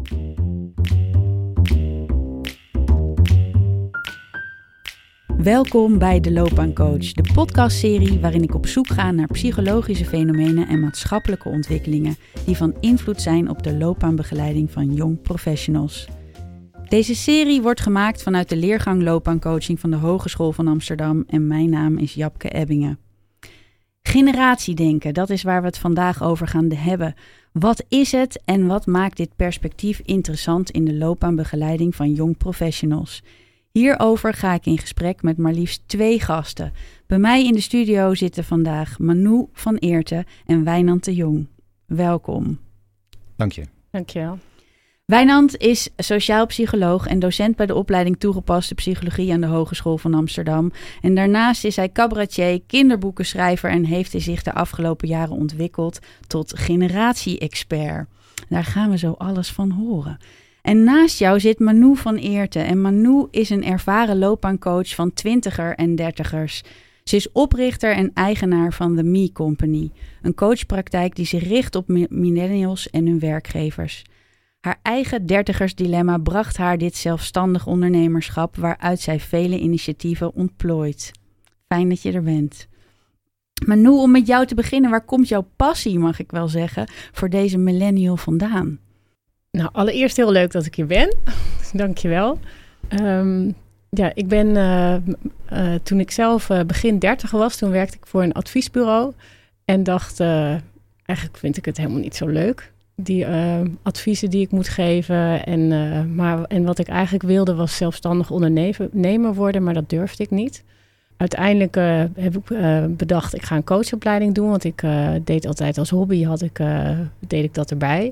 Welkom bij De Loopbaancoach, de podcastserie waarin ik op zoek ga naar psychologische fenomenen en maatschappelijke ontwikkelingen die van invloed zijn op de loopbaanbegeleiding van jong professionals. Deze serie wordt gemaakt vanuit de leergang loopbaancoaching van de Hogeschool van Amsterdam en mijn naam is Japke Ebbingen. Generatiedenken, dat is waar we het vandaag over gaan hebben. Wat is het en wat maakt dit perspectief interessant in de loopbaanbegeleiding van jong professionals? Hierover ga ik in gesprek met maar liefst 2 gasten. Bij mij in de studio zitten vandaag Manu van Eerten en Wijnand de Jong. Welkom. Dank je. Dank je wel. Wijnand is sociaal psycholoog en docent bij de opleiding toegepaste psychologie aan de Hogeschool van Amsterdam. En daarnaast is hij cabaretier, kinderboekenschrijver en heeft hij zich de afgelopen jaren ontwikkeld tot generatie-expert. Daar gaan we zo alles van horen. En naast jou zit Manu van Eerten. En Manu is een ervaren loopbaancoach van 20er en 30ers. Ze is oprichter en eigenaar van The Me Company. Een coachpraktijk die zich richt op millennials en hun werkgevers. Haar eigen 30ers dilemma bracht haar dit zelfstandig ondernemerschap waaruit zij vele initiatieven ontplooit. Fijn dat je er bent. Manu, om met jou te beginnen, waar komt jouw passie, mag ik wel zeggen, voor deze millennial vandaan? Nou, allereerst heel leuk dat ik hier ben. Dank je wel. Ik ben toen ik zelf begin 30 was, toen werkte ik voor een adviesbureau. En dacht, eigenlijk vind ik het helemaal niet zo leuk. Die adviezen die ik moet geven. En wat ik eigenlijk wilde was zelfstandig ondernemer worden, maar dat durfde ik niet. Uiteindelijk heb ik bedacht, ik ga een coachopleiding doen. Want ik deed altijd als hobby, deed ik dat erbij.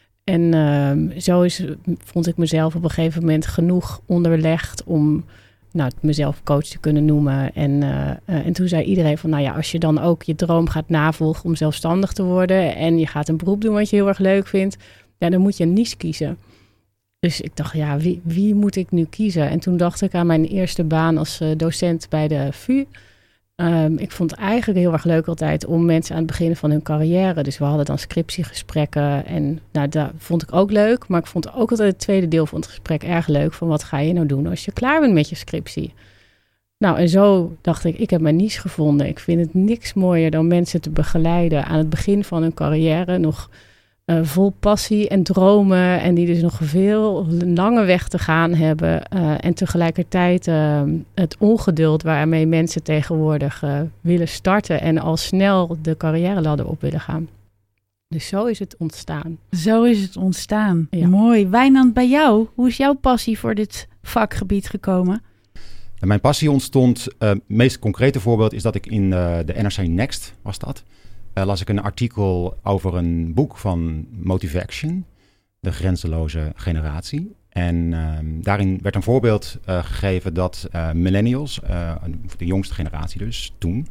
En vond ik mezelf op een gegeven moment genoeg onderlegd om mezelf coach te kunnen noemen. En toen zei iedereen van, als je dan ook je droom gaat navolgen om zelfstandig te worden en je gaat een beroep doen wat je heel erg leuk vindt, dan moet je een niche kiezen. Dus ik dacht, wie moet ik nu kiezen? En toen dacht ik aan mijn eerste baan als docent bij de VU. Ik vond het eigenlijk heel erg leuk altijd om mensen aan het begin van hun carrière. Dus we hadden dan scriptiegesprekken en dat vond ik ook leuk. Maar ik vond ook altijd het tweede deel van het gesprek erg leuk. Van wat ga je nou doen als je klaar bent met je scriptie? Nou, en zo dacht ik heb mijn niche gevonden. Ik vind het niks mooier dan mensen te begeleiden aan het begin van hun carrière. Nog vol passie en dromen en die dus nog veel lange weg te gaan hebben. En tegelijkertijd het ongeduld waarmee mensen tegenwoordig willen starten en al snel de carrière-ladder op willen gaan. Dus zo is het ontstaan. Zo is het ontstaan. Ja. Mooi. Wijnand, bij jou, hoe is jouw passie voor dit vakgebied gekomen? Mijn passie ontstond, het meest concrete voorbeeld is dat ik in de NRC Next was dat. Las ik een artikel over een boek van Motivaction, de grenzeloze generatie. En daarin werd een voorbeeld gegeven dat millennials, de jongste generatie dus, toen,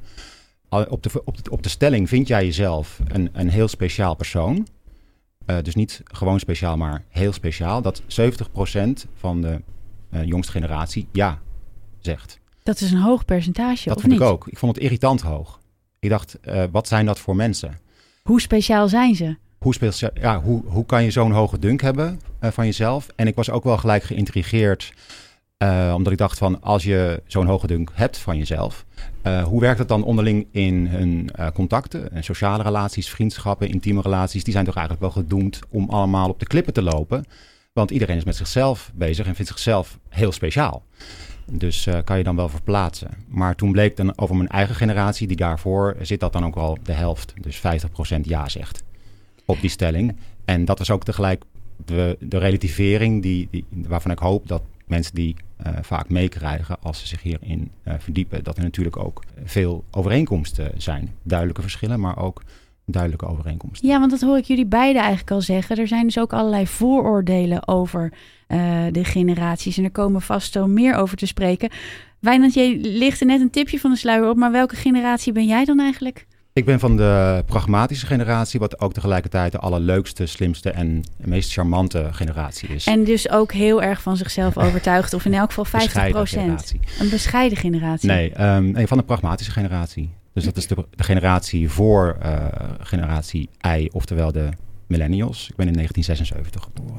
op de stelling vind jij jezelf een heel speciaal persoon. Dus niet gewoon speciaal, maar heel speciaal. Dat 70% van de jongste generatie ja zegt. Dat is een hoog percentage, dat of vond niet? Ik ook. Ik vond het irritant hoog. Ik dacht, wat zijn dat voor mensen? Hoe speciaal zijn ze? Hoe kan je zo'n hoge dunk hebben van jezelf? En ik was ook wel gelijk geïntrigeerd, omdat ik dacht van, als je zo'n hoge dunk hebt van jezelf, hoe werkt het dan onderling in hun contacten, sociale relaties, vriendschappen, intieme relaties? Die zijn toch eigenlijk wel gedoemd om allemaal op de klippen te lopen, want iedereen is met zichzelf bezig en vindt zichzelf heel speciaal. Dus kan je dan wel verplaatsen. Maar toen bleek dan over mijn eigen generatie, die daarvoor zit dat dan ook al de helft. Dus 50% ja zegt op die stelling. En dat is ook tegelijk de relativering waarvan ik hoop dat mensen die vaak meekrijgen als ze zich hierin verdiepen. Dat er natuurlijk ook veel overeenkomsten zijn. Duidelijke verschillen, maar ook duidelijke overeenkomsten. Ja, want dat hoor ik jullie beiden eigenlijk al zeggen. Er zijn dus ook allerlei vooroordelen over de generaties. En er komen vast zo meer over te spreken. Wijnand, jij lichtte net een tipje van de sluier op. Maar welke generatie ben jij dan eigenlijk? Ik ben van de pragmatische generatie, wat ook tegelijkertijd de allerleukste, slimste en meest charmante generatie is. En dus ook heel erg van zichzelf overtuigd, of in elk geval 50%. Een bescheiden generatie. Nee, van de pragmatische generatie. Dus dat is de generatie voor generatie I, oftewel de millennials. Ik ben in 1976 geboren.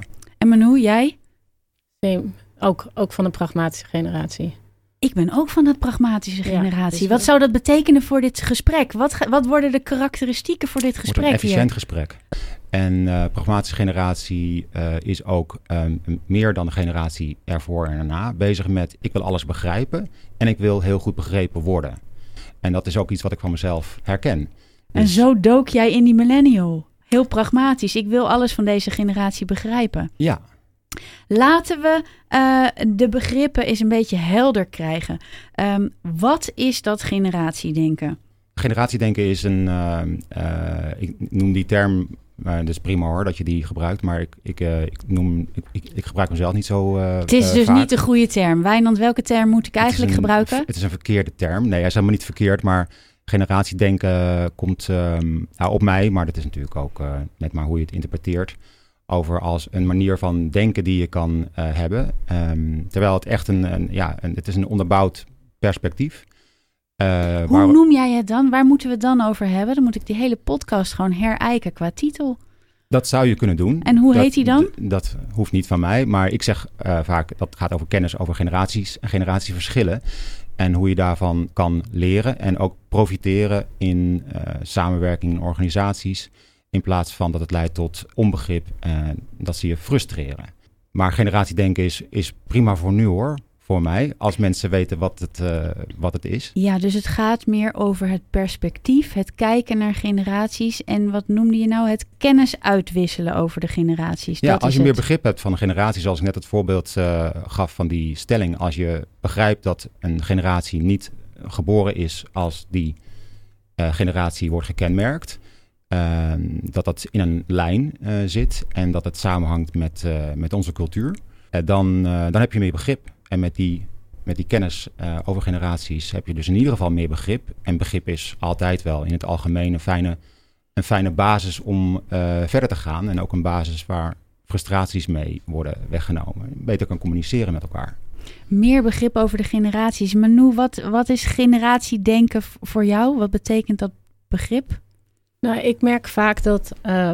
En Manu, jij? Nee, ook van de pragmatische generatie. Ik ben ook van de pragmatische generatie. Dus wat zou dat betekenen voor dit gesprek? Wat worden de karakteristieken voor dit gesprek? Het wordt een efficiënt gesprek. En pragmatische generatie is ook meer dan de generatie ervoor en erna bezig met... ik wil alles begrijpen en ik wil heel goed begrepen worden. En dat is ook iets wat ik van mezelf herken. Dus... En zo dook jij in die millennial. Heel pragmatisch. Ik wil alles van deze generatie begrijpen. Ja. Laten we de begrippen eens een beetje helder krijgen. Wat is dat generatiedenken? Generatiedenken is ik noem die term, dat is prima hoor dat je die gebruikt, maar ik gebruik mezelf niet zo Het is dus vaak. niet de goede term. Wijnand, welke term moet ik eigenlijk gebruiken? Het is een verkeerde term. Nee, hij is helemaal niet verkeerd, maar generatiedenken komt op mij, maar dat is natuurlijk ook net maar hoe je het interpreteert, over als een manier van denken die je kan hebben. Terwijl het echt het is een onderbouwd perspectief. Hoe noem jij het dan? Waar moeten we het dan over hebben? Dan moet ik die hele podcast gewoon herijken qua titel. Dat zou je kunnen doen. En hoe heet die dan? Dat hoeft niet van mij, maar ik zeg vaak dat gaat over kennis over generaties en generatieverschillen. En hoe je daarvan kan leren en ook profiteren in samenwerking in organisaties. In plaats van dat het leidt tot onbegrip en dat ze je frustreren. Maar generatiedenken is prima voor nu hoor. Voor mij, als mensen weten wat het is. Ja, dus het gaat meer over het perspectief, het kijken naar generaties. En wat noemde je nou? Het kennis uitwisselen over de generaties. Ja, dat als is je meer het. begrip hebt van een generatie, zoals ik net het voorbeeld gaf van die stelling. Als je begrijpt dat een generatie niet geboren is als die generatie wordt gekenmerkt. Dat in een lijn zit en dat het samenhangt met onze cultuur. Dan heb je meer begrip. En met die kennis over generaties heb je dus in ieder geval meer begrip. En begrip is altijd wel in het algemeen een fijne basis om verder te gaan. En ook een basis waar frustraties mee worden weggenomen. Beter kan communiceren met elkaar. Meer begrip over de generaties. Manu, wat is generatiedenken voor jou? Wat betekent dat begrip? Nou, ik merk vaak dat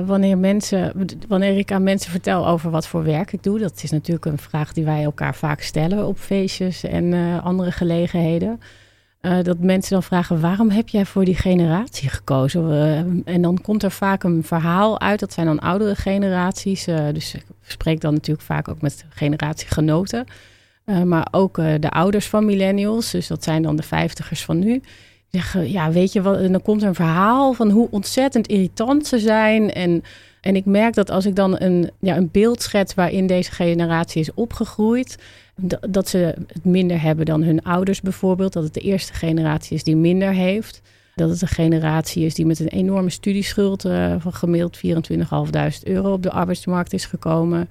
wanneer ik aan mensen vertel over wat voor werk ik doe, dat is natuurlijk een vraag die wij elkaar vaak stellen op feestjes en andere gelegenheden. Dat mensen dan vragen, waarom heb jij voor die generatie gekozen? En dan komt er vaak een verhaal uit, dat zijn dan oudere generaties. Dus ik spreek dan natuurlijk vaak ook met generatiegenoten. Maar ook de ouders van millennials, dus dat zijn dan de 50ers van nu. Zeggen, ja, weet je wat? En dan komt er een verhaal van hoe ontzettend irritant ze zijn. En ik merk dat als ik dan een beeld schets waarin deze generatie is opgegroeid, dat ze het minder hebben dan hun ouders bijvoorbeeld. Dat het de eerste generatie is die minder heeft. Dat het een generatie is die met een enorme studieschuld van gemiddeld €24.500 op de arbeidsmarkt is gekomen.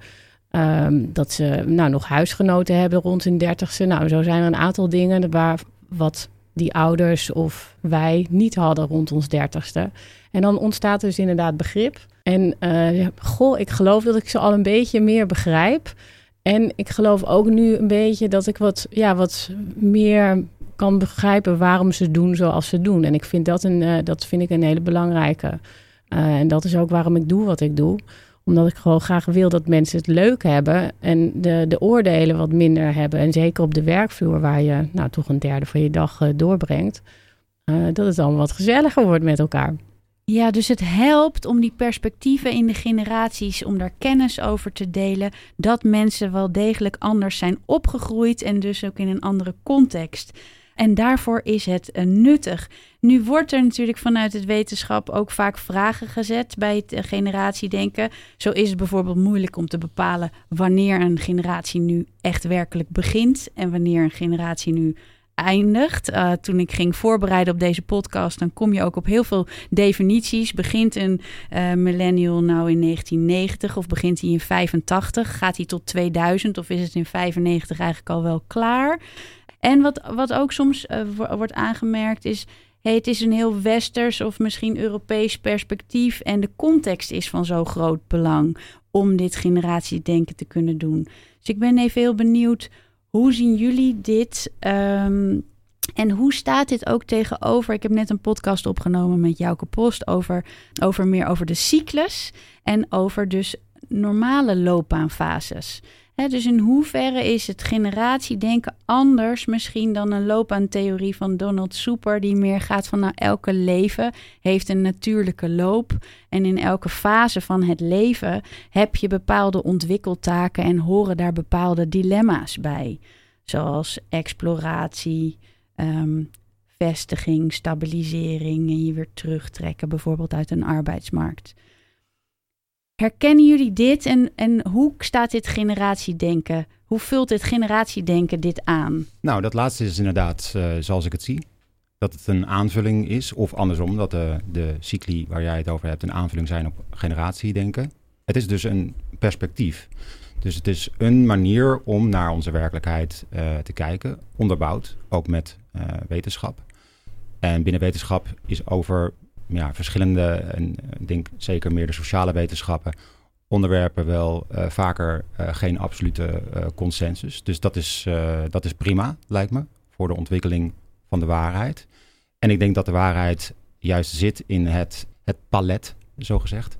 Dat ze nog huisgenoten hebben rond hun 30ste. Nou, zo zijn er een aantal dingen wat die ouders of wij niet hadden rond ons 30ste. En dan ontstaat dus inderdaad begrip. En ik geloof dat ik ze al een beetje meer begrijp. En ik geloof ook nu een beetje dat ik wat meer kan begrijpen waarom ze doen zoals ze doen. En ik vind dat vind ik een hele belangrijke. En dat is ook waarom ik doe wat ik doe. Omdat ik gewoon graag wil dat mensen het leuk hebben en de oordelen wat minder hebben. En zeker op de werkvloer waar je toch een derde van je dag doorbrengt. Dat het allemaal wat gezelliger wordt met elkaar. Ja, dus het helpt om die perspectieven in de generaties, om daar kennis over te delen. Dat mensen wel degelijk anders zijn opgegroeid en dus ook in een andere context. En daarvoor is het nuttig. Nu wordt er natuurlijk vanuit het wetenschap ook vaak vragen gezet bij het generatiedenken. Zo is het bijvoorbeeld moeilijk om te bepalen wanneer een generatie nu echt werkelijk begint en wanneer een generatie nu eindigt. Toen ik ging voorbereiden op deze podcast, dan kom je ook op heel veel definities. Begint een millennial nou in 1990 of begint hij in 85? Gaat hij tot 2000 of is het in 95 eigenlijk al wel klaar? En wat ook soms wordt aangemerkt is, het is een heel westers of misschien Europees perspectief en de context is van zo groot belang om dit generatiedenken te kunnen doen. Dus ik ben even heel benieuwd, hoe zien jullie dit en hoe staat dit ook tegenover? Ik heb net een podcast opgenomen met Jouke Post over meer over de cyclus en over dus normale loopbaanfases. Dus in hoeverre is het generatiedenken anders misschien dan een loopbaantheorie van Donald Super, die meer gaat van elke leven heeft een natuurlijke loop. En in elke fase van het leven heb je bepaalde ontwikkeltaken en horen daar bepaalde dilemma's bij. Zoals exploratie, vestiging, stabilisering en je weer terugtrekken bijvoorbeeld uit een arbeidsmarkt. Herkennen jullie dit en hoe staat dit generatiedenken? Hoe vult dit generatiedenken dit aan? Nou, dat laatste is inderdaad zoals ik het zie. Dat het een aanvulling is, of andersom, dat de cycli waar jij het over hebt een aanvulling zijn op generatiedenken. Het is dus een perspectief. Dus het is een manier om naar onze werkelijkheid te kijken, onderbouwd, ook met wetenschap. En binnen wetenschap is over verschillende, en ik denk zeker meer de sociale wetenschappen, onderwerpen wel vaker geen absolute consensus. Dus dat is prima, lijkt me, voor de ontwikkeling van de waarheid. En ik denk dat de waarheid juist zit in het palet, zogezegd.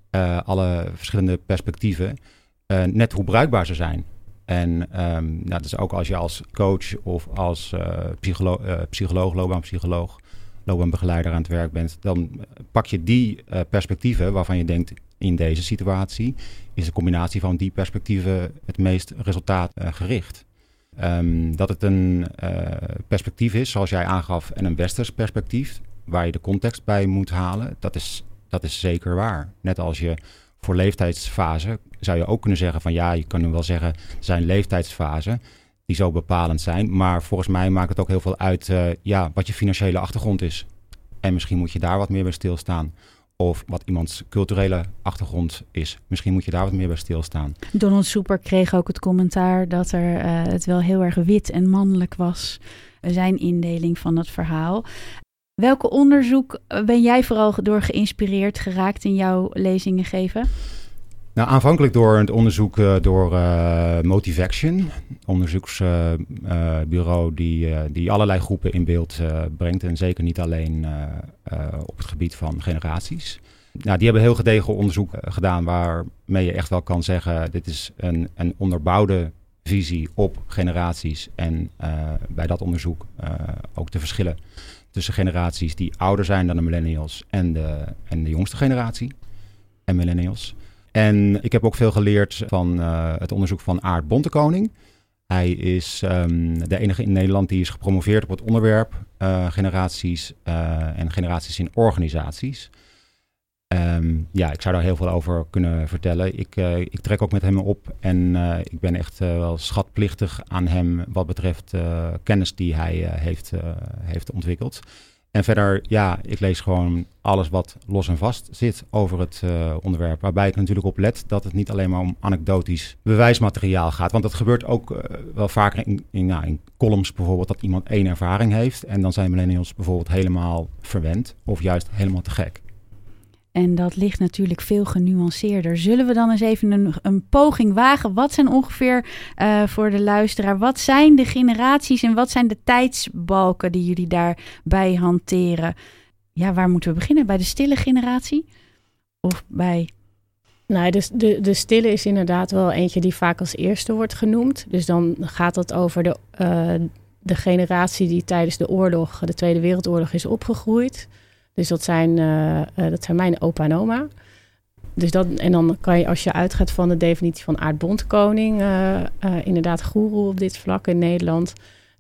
Alle verschillende perspectieven, net hoe bruikbaar ze zijn. En dus ook als je als coach of als psycholoog, loopbaanpsycholoog, loopbaanbegeleider aan het werk bent, dan pak je die perspectieven waarvan je denkt, in deze situatie is de combinatie van die perspectieven het meest resultaatgericht. Dat het een perspectief is, zoals jij aangaf, en een westers perspectief, waar je de context bij moet halen, dat is zeker waar. Net als je voor leeftijdsfase zou je ook kunnen zeggen van je kan nu wel zeggen, er zijn leeftijdsfasen die zo bepalend zijn. Maar volgens mij maakt het ook heel veel uit wat je financiële achtergrond is. En misschien moet je daar wat meer bij stilstaan. Of wat iemands culturele achtergrond is. Misschien moet je daar wat meer bij stilstaan. Donald Super kreeg ook het commentaar dat het wel heel erg wit en mannelijk was. Zijn indeling van het verhaal. Welke onderzoek ben jij vooral door geïnspireerd geraakt in jouw lezingen geven? Nou, aanvankelijk door het onderzoek door Motivaction, onderzoeksbureau die allerlei groepen in beeld brengt. En zeker niet alleen op het gebied van generaties. Nou, die hebben heel gedegen onderzoek gedaan waarmee je echt wel kan zeggen, dit is een onderbouwde visie op generaties. En bij dat onderzoek ook de verschillen tussen generaties die ouder zijn dan de millennials en de jongste generatie en millennials. En ik heb ook veel geleerd van het onderzoek van Aart Bontekoning. Hij is de enige in Nederland die is gepromoveerd op het onderwerp generaties en generaties in organisaties. Ik zou daar heel veel over kunnen vertellen. Ik trek ook met hem op en ik ben echt wel schatplichtig aan hem wat betreft kennis die hij heeft ontwikkeld. En verder, ik lees gewoon alles wat los en vast zit over het onderwerp. Waarbij ik natuurlijk op let dat het niet alleen maar om anekdotisch bewijsmateriaal gaat. Want dat gebeurt ook wel vaker in columns bijvoorbeeld, dat iemand één ervaring heeft. En dan zijn millennials bijvoorbeeld helemaal verwend of juist helemaal te gek. En dat ligt natuurlijk veel genuanceerder. Zullen we dan eens even een poging wagen? Wat zijn ongeveer voor de luisteraar, wat zijn de generaties en wat zijn de tijdsbalken die jullie daarbij hanteren? Ja, waar moeten we beginnen? Bij de stille generatie? Of bij... Nou, dus de stille is inderdaad wel eentje die vaak als eerste wordt genoemd. Dus dan gaat het over de generatie die tijdens de Tweede Wereldoorlog is opgegroeid. Dus dat zijn mijn opa en oma. Dus en dan kan je, als je uitgaat van de definitie van Aart Bontekoning, inderdaad goeroe op dit vlak in Nederland,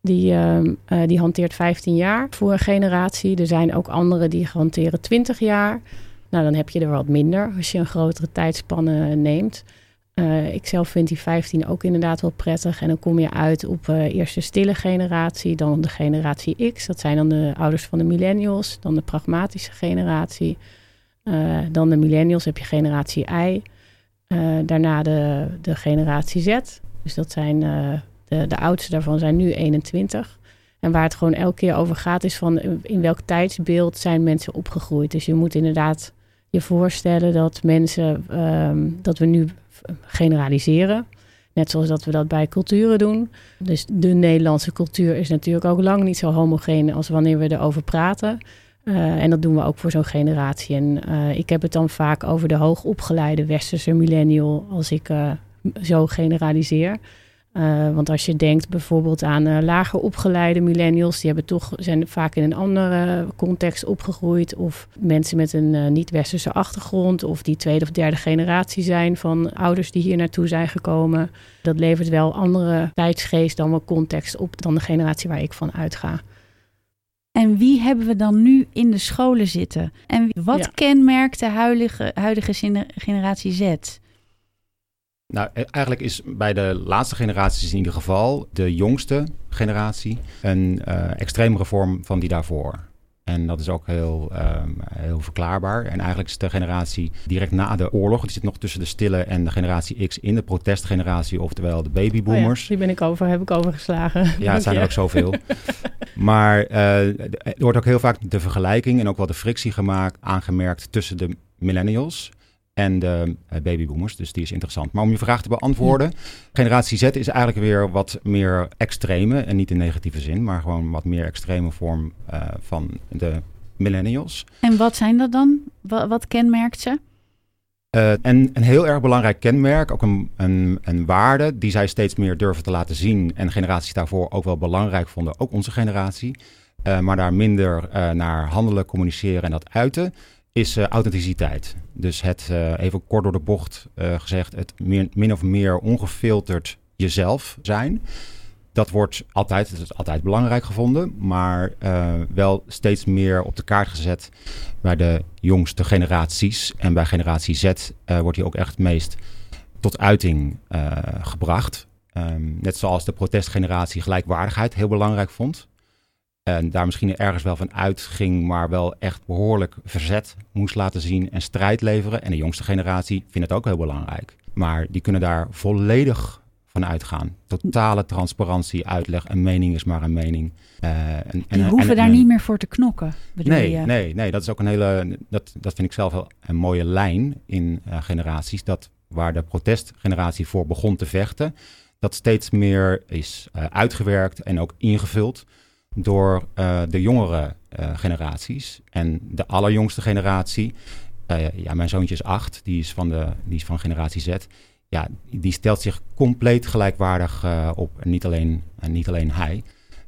die hanteert 15 jaar voor een generatie. Er zijn ook anderen die hanteren 20 jaar. Nou, dan heb je er wat minder als je een grotere tijdspanne neemt. Ik zelf vind die 15 ook inderdaad wel prettig. En dan kom je uit op eerst de stille generatie, dan de generatie X. Dat zijn dan de ouders van de millennials, dan de pragmatische generatie. Dan de millennials heb je generatie Y. Daarna de generatie Z. Dus dat zijn de oudste daarvan zijn nu 21. En waar het gewoon elke keer over gaat is van in welk tijdsbeeld zijn mensen opgegroeid. Dus je moet inderdaad je voorstellen dat mensen, dat we nu generaliseren. Net zoals dat we dat bij culturen doen. Dus de Nederlandse cultuur is natuurlijk ook lang niet zo homogeen als wanneer we erover praten. En dat doen we ook voor zo'n generatie. En ik heb het dan vaak over de hoogopgeleide westerse millennial als ik zo generaliseer. Want als je denkt bijvoorbeeld aan lager opgeleide millennials, die zijn vaak in een andere context opgegroeid. Of mensen met een niet-westerse achtergrond, of die tweede of derde generatie zijn van ouders die hier naartoe zijn gekomen. Dat levert wel andere tijdsgeest dan wel context op dan de generatie waar ik van uitga. En wie hebben we dan nu in de scholen zitten? En wat kenmerkt de huidige generatie Z? Nou, eigenlijk is bij de laatste generaties in ieder geval de jongste generatie een extremere vorm van die daarvoor. En dat is ook heel verklaarbaar. En eigenlijk is de generatie direct na de oorlog, die zit nog tussen de stille en de generatie X in de protestgeneratie, oftewel de babyboomers. Die heb ik overgeslagen. Ja, het zijn er ook zoveel. Maar er wordt ook heel vaak de vergelijking en ook wel de frictie aangemerkt tussen de millennials en de babyboomers. Dus die is interessant. Maar om je vraag te beantwoorden, generatie Z is eigenlijk weer wat meer extreme, en niet in negatieve zin, maar gewoon wat meer extreme vorm van de millennials. En wat zijn dat dan? Wat kenmerkt ze? En een heel erg belangrijk kenmerk, ook een waarde die zij steeds meer durven te laten zien. En generaties daarvoor ook wel belangrijk vonden, ook onze generatie. Maar daar minder naar handelen, communiceren en dat uiten, is authenticiteit. Dus het, even kort door de bocht gezegd, het min of meer ongefilterd jezelf zijn. Dat wordt altijd belangrijk gevonden, maar wel steeds meer op de kaart gezet bij de jongste generaties. En bij generatie Z wordt die ook echt het meest tot uiting gebracht. Net zoals de protestgeneratie gelijkwaardigheid heel belangrijk vond. En daar misschien ergens wel van uitging, maar wel echt behoorlijk verzet moest laten zien en strijd leveren. En de jongste generatie vindt het ook heel belangrijk. Maar die kunnen daar volledig van uitgaan. Totale transparantie, uitleg. Een mening is maar een mening. Die hoeven daar niet meer voor te knokken, bedoel je? Nee, dat is ook een hele... Dat vind ik zelf wel een mooie lijn in generaties. Dat waar de protestgeneratie voor begon te vechten, dat steeds meer is uitgewerkt en ook ingevuld door de jongere generaties. En de allerjongste generatie, mijn zoontje is 8, die is van generatie Z. Ja, die stelt zich compleet gelijkwaardig op. En niet alleen hij.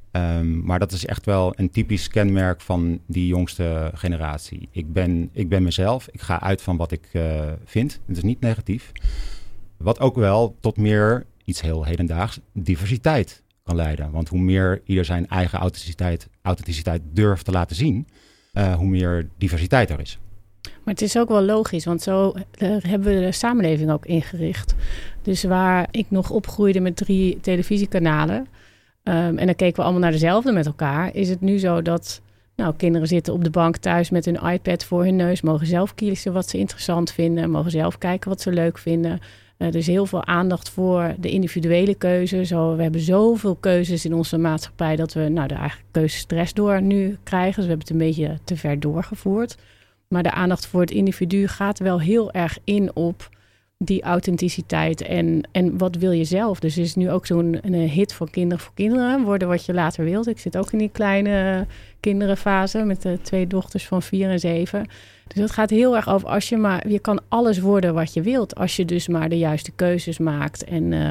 Maar dat is echt wel een typisch kenmerk van die jongste generatie. Ik ben mezelf. Ik ga uit van wat ik vind. Het is niet negatief. Wat ook wel tot meer iets heel hedendaags diversiteit kan leiden. Want hoe meer ieder zijn eigen authenticiteit durft te laten zien, hoe meer diversiteit er is. Maar het is ook wel logisch, want zo hebben we de samenleving ook ingericht. Dus waar ik nog opgroeide met 3 televisiekanalen, en dan keken we allemaal naar dezelfde met elkaar, is het nu zo dat kinderen zitten op de bank thuis met hun iPad voor hun neus, mogen zelf kiezen wat ze interessant vinden, mogen zelf kijken wat ze leuk vinden. Er is heel veel aandacht voor de individuele keuze. We hebben zoveel keuzes in onze maatschappij dat we de eigen keuzestress door nu krijgen. Dus we hebben het een beetje te ver doorgevoerd. Maar de aandacht voor het individu gaat wel heel erg in op die authenticiteit. En wat wil je zelf? Dus er is nu ook zo'n hit voor kinderen. Worden wat je later wilt. Ik zit ook in die kleine kinderenfase met de 2 dochters van 4 en 7. Dus het gaat heel erg over je kan alles worden wat je wilt. Als je dus maar de juiste keuzes maakt.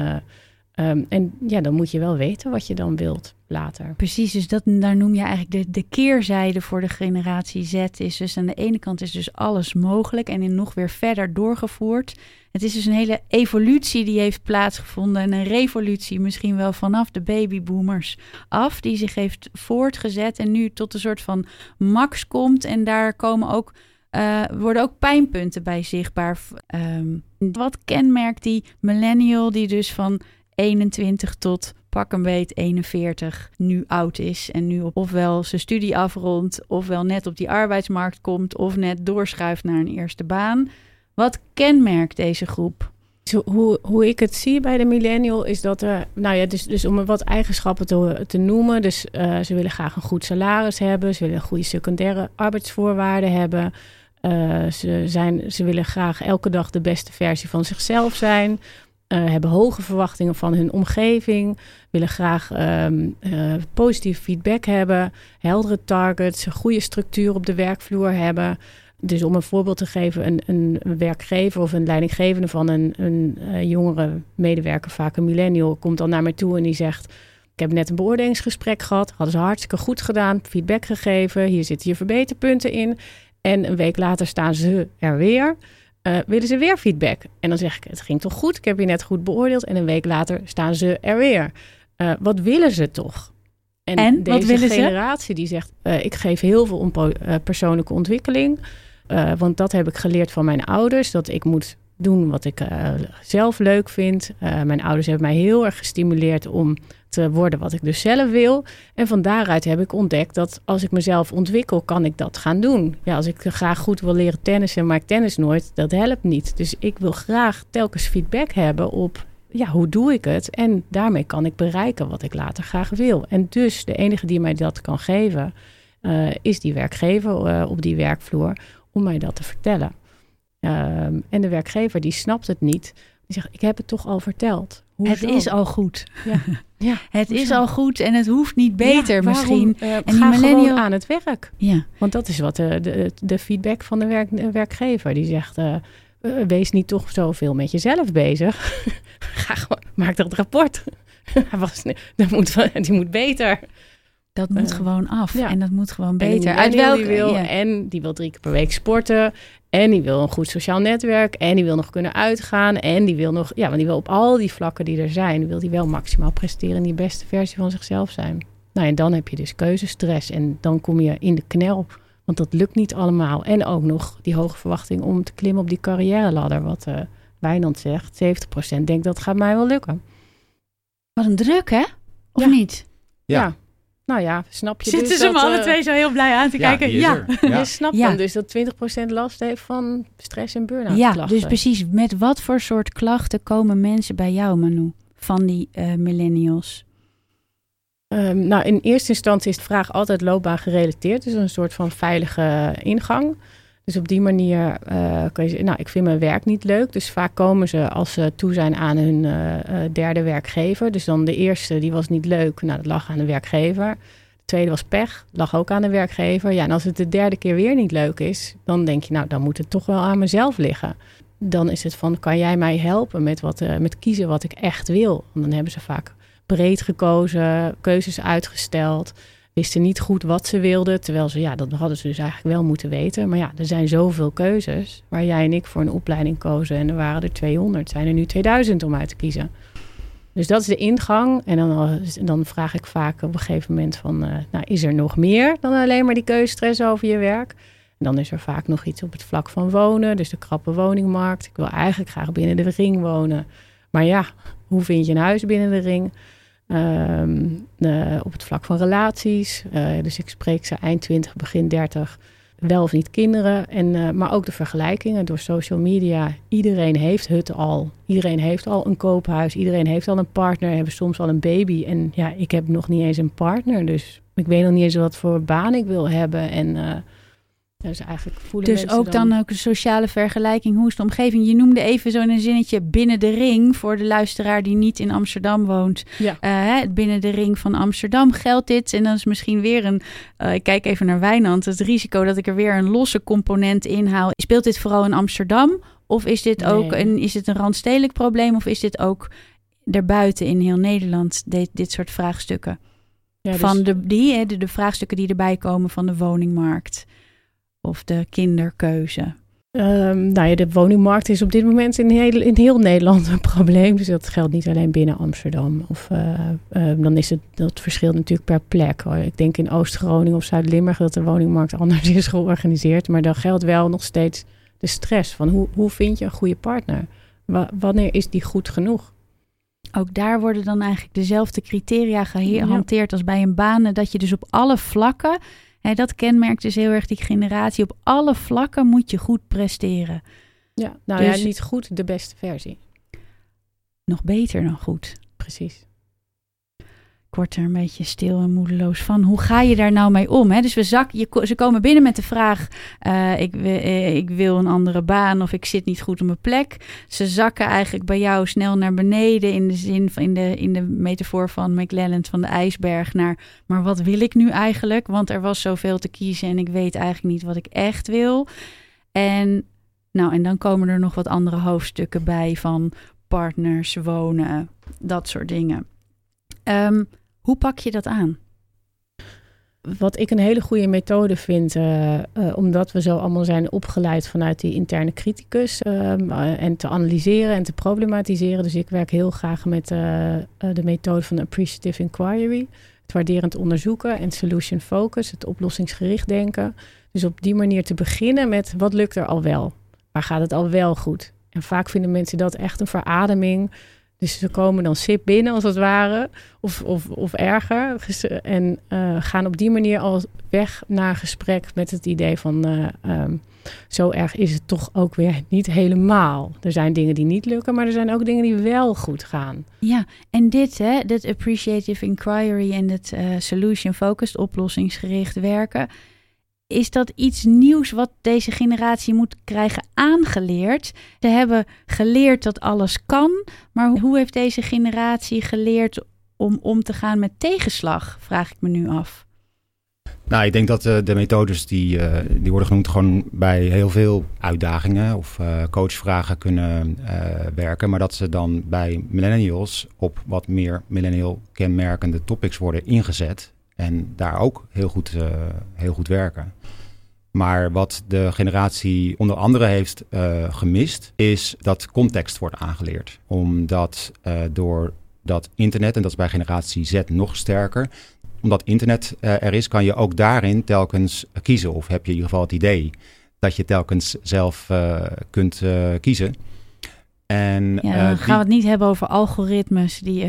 En dan moet je wel weten wat je dan wilt later. Precies, dus daar noem je eigenlijk de keerzijde voor de generatie Z. Is dus aan de ene kant is dus alles mogelijk en in nog weer verder doorgevoerd. Het is dus een hele evolutie die heeft plaatsgevonden. En een revolutie misschien wel vanaf de babyboomers af. Die zich heeft voortgezet en nu tot een soort van max komt. En daar worden ook pijnpunten bij zichtbaar. Wat kenmerkt die millennial die dus van 21 tot pak een beet 41 nu oud is en nu ofwel zijn studie afrondt, ofwel net op die arbeidsmarkt komt of net doorschuift naar een eerste baan. Wat kenmerkt deze groep? Hoe ik het zie bij de millennial is dat dus om wat eigenschappen te noemen. Dus ze willen graag een goed salaris hebben, ze willen een goede secundaire arbeidsvoorwaarden hebben. Ze willen graag elke dag de beste versie van zichzelf zijn. hebben hoge verwachtingen van hun omgeving, willen graag positieve feedback hebben, heldere targets, een goede structuur op de werkvloer hebben. Dus om een voorbeeld te geven, een werkgever of een leidinggevende van een jongere medewerker, vaak een millennial, komt dan naar mij toe en die zegt: ik heb net een beoordelingsgesprek gehad, hadden ze hartstikke goed gedaan, feedback gegeven, hier zitten je verbeterpunten in. En een week later staan ze er weer. Willen ze weer feedback? En dan zeg ik, het ging toch goed? Ik heb je net goed beoordeeld. En een week later staan ze er weer. Wat willen ze toch? En deze wat willen generatie die zegt, ik geef heel veel om persoonlijke ontwikkeling. Want dat heb ik geleerd van mijn ouders. Dat ik moet doen wat ik zelf leuk vind. Mijn ouders hebben mij heel erg gestimuleerd om te worden wat ik dus zelf wil. En van daaruit heb ik ontdekt dat als ik mezelf ontwikkel, kan ik dat gaan doen. Ja, als ik graag goed wil leren tennissen, maar ik tennis nooit, dat helpt niet. Dus ik wil graag telkens feedback hebben op, hoe doe ik het? En daarmee kan ik bereiken wat ik later graag wil. En dus de enige die mij dat kan geven, is die werkgever op die werkvloer, om mij dat te vertellen. En de werkgever die snapt het niet. Die zegt, ik heb het toch al verteld. Hoezo? Het is al goed. Ja, het is al goed en het hoeft niet beter misschien. En die ga gewoon aan het werk. Ja. Want dat is wat de feedback van de werkgever. Die zegt, wees niet toch zoveel met jezelf bezig. Ga gewoon, maak dat rapport. Die moet beter. Dat moet gewoon af. Ja. En dat moet gewoon beter. Uit welke? En die wil 3 keer per week sporten. En die wil een goed sociaal netwerk. En die wil nog kunnen uitgaan. En die wil nog, want die wil op al die vlakken die er zijn, wil die wel maximaal presteren en die beste versie van zichzelf zijn. Nou, en dan heb je dus keuzestress. En dan kom je in de knel. Want dat lukt niet allemaal. En ook nog die hoge verwachting om te klimmen op die carrière-ladder. Wat Wijnand zegt. 70% denkt dat gaat mij wel lukken. Wat een druk, hè? Of niet? Ja. Nou ja, snap je Zitten dus ze dat, me alle twee zo heel blij aan te kijken? Ja. Je snapt dan dus dat 20% last heeft van stress en burn-out klachten. Dus precies. Met wat voor soort klachten komen mensen bij jou, Manu? Van die millennials? Nou, in eerste instantie is de vraag altijd loopbaan gerelateerd. Dus een soort van veilige ingang. Dus op die manier kan je zeggen, ik vind mijn werk niet leuk. Dus vaak komen ze als ze toe zijn aan hun derde werkgever. Dus dan de eerste, die was niet leuk. Nou, dat lag aan de werkgever. De tweede was pech, lag ook aan de werkgever. Ja, en als het de derde keer weer niet leuk is, dan denk je, dan moet het toch wel aan mezelf liggen. Dan is het van, kan jij mij helpen met kiezen wat ik echt wil? Want dan hebben ze vaak breed gekozen, keuzes uitgesteld, wisten niet goed wat ze wilden. Terwijl ze, dat hadden ze dus eigenlijk wel moeten weten. Maar ja, er zijn zoveel keuzes waar jij en ik voor een opleiding kozen. En er waren er 200, zijn er nu 2000 om uit te kiezen. Dus dat is de ingang. En dan vraag ik vaak op een gegeven moment van, is er nog meer dan alleen maar die keuzestress over je werk? En dan is er vaak nog iets op het vlak van wonen. Dus de krappe woningmarkt. Ik wil eigenlijk graag binnen de ring wonen. Maar hoe vind je een huis binnen de ring? Op het vlak van relaties. Dus ik spreek ze eind 20, begin 30. Wel of niet kinderen. Maar ook de vergelijkingen door social media. Iedereen heeft het al. Iedereen heeft al een koophuis. Iedereen heeft al een partner. Hebben soms al een baby. En ik heb nog niet eens een partner. Dus ik weet nog niet eens wat voor baan ik wil hebben. En dus eigenlijk voelen dus ook dan ook een sociale vergelijking. Hoe is de omgeving? Je noemde even zo in een zinnetje binnen de ring. Voor de luisteraar die niet in Amsterdam woont. Ja. Binnen de ring van Amsterdam geldt dit. En dan is misschien weer ik kijk even naar Wijnand. Het risico dat ik er weer een losse component in haal. Speelt dit vooral in Amsterdam? Of is dit ook is het een randstedelijk probleem? Of is dit ook daarbuiten in heel Nederland? Dit soort vraagstukken. Ja, dus van de vraagstukken die erbij komen van de woningmarkt. Of de kinderkeuze? De woningmarkt is op dit moment in heel Nederland een probleem. Dus dat geldt niet alleen binnen Amsterdam. Of dan is dat verschilt natuurlijk per plek. Hoor. Ik denk in Oost-Groningen of Zuid-Limburg dat de woningmarkt anders is georganiseerd. Maar dan geldt wel nog steeds de stress van hoe vind je een goede partner? Wanneer is die goed genoeg? Ook daar worden dan eigenlijk dezelfde criteria gehanteerd als bij een baan. Dat je dus op alle vlakken... dat kenmerkt dus heel erg die generatie. Op alle vlakken moet je goed presteren. Ja, niet goed, de beste versie. Nog beter dan goed. Precies. Ik word er een beetje stil en moedeloos van. Hoe ga je daar nou mee om? Hè? Dus ze komen binnen met de vraag... ik wil een andere baan of ik zit niet goed op mijn plek. Ze zakken eigenlijk bij jou snel naar beneden... in de zin van in de metafoor van McLelland van de ijsberg... naar maar wat wil ik nu eigenlijk? Want er was zoveel te kiezen en ik weet eigenlijk niet wat ik echt wil. En dan komen er nog wat andere hoofdstukken bij... van partners, wonen, dat soort dingen. Hoe pak je dat aan? Wat ik een hele goede methode vind, omdat we zo allemaal zijn opgeleid vanuit die interne criticus en te analyseren en te problematiseren. Dus ik werk heel graag met de methode van appreciative inquiry, het waarderend onderzoeken en solution focus, het oplossingsgericht denken. Dus op die manier te beginnen met wat lukt er al wel? Waar gaat het al wel goed? En vaak vinden mensen dat echt een verademing. Dus ze komen dan sip binnen als het ware, of erger. En gaan op die manier al weg naar gesprek met het idee van... zo erg is het toch ook weer niet helemaal. Er zijn dingen die niet lukken, maar er zijn ook dingen die wel goed gaan. Ja, en dit appreciative inquiry en het solution-focused, oplossingsgericht werken... Is dat iets nieuws wat deze generatie moet krijgen aangeleerd? Ze hebben geleerd dat alles kan, maar hoe heeft deze generatie geleerd om te gaan met tegenslag, vraag ik me nu af. Nou, ik denk dat de methodes die worden genoemd gewoon bij heel veel uitdagingen of coachvragen kunnen werken. Maar dat ze dan bij millennials op wat meer millennial kenmerkende topics worden ingezet. En daar ook heel goed werken. Maar wat de generatie onder andere heeft gemist, is dat context wordt aangeleerd. Omdat door dat internet, en dat is bij generatie Z nog sterker, omdat internet er is, kan je ook daarin telkens kiezen. Of heb je in ieder geval het idee dat je telkens zelf kunt kiezen. En, dan gaan we het niet hebben over algoritmes die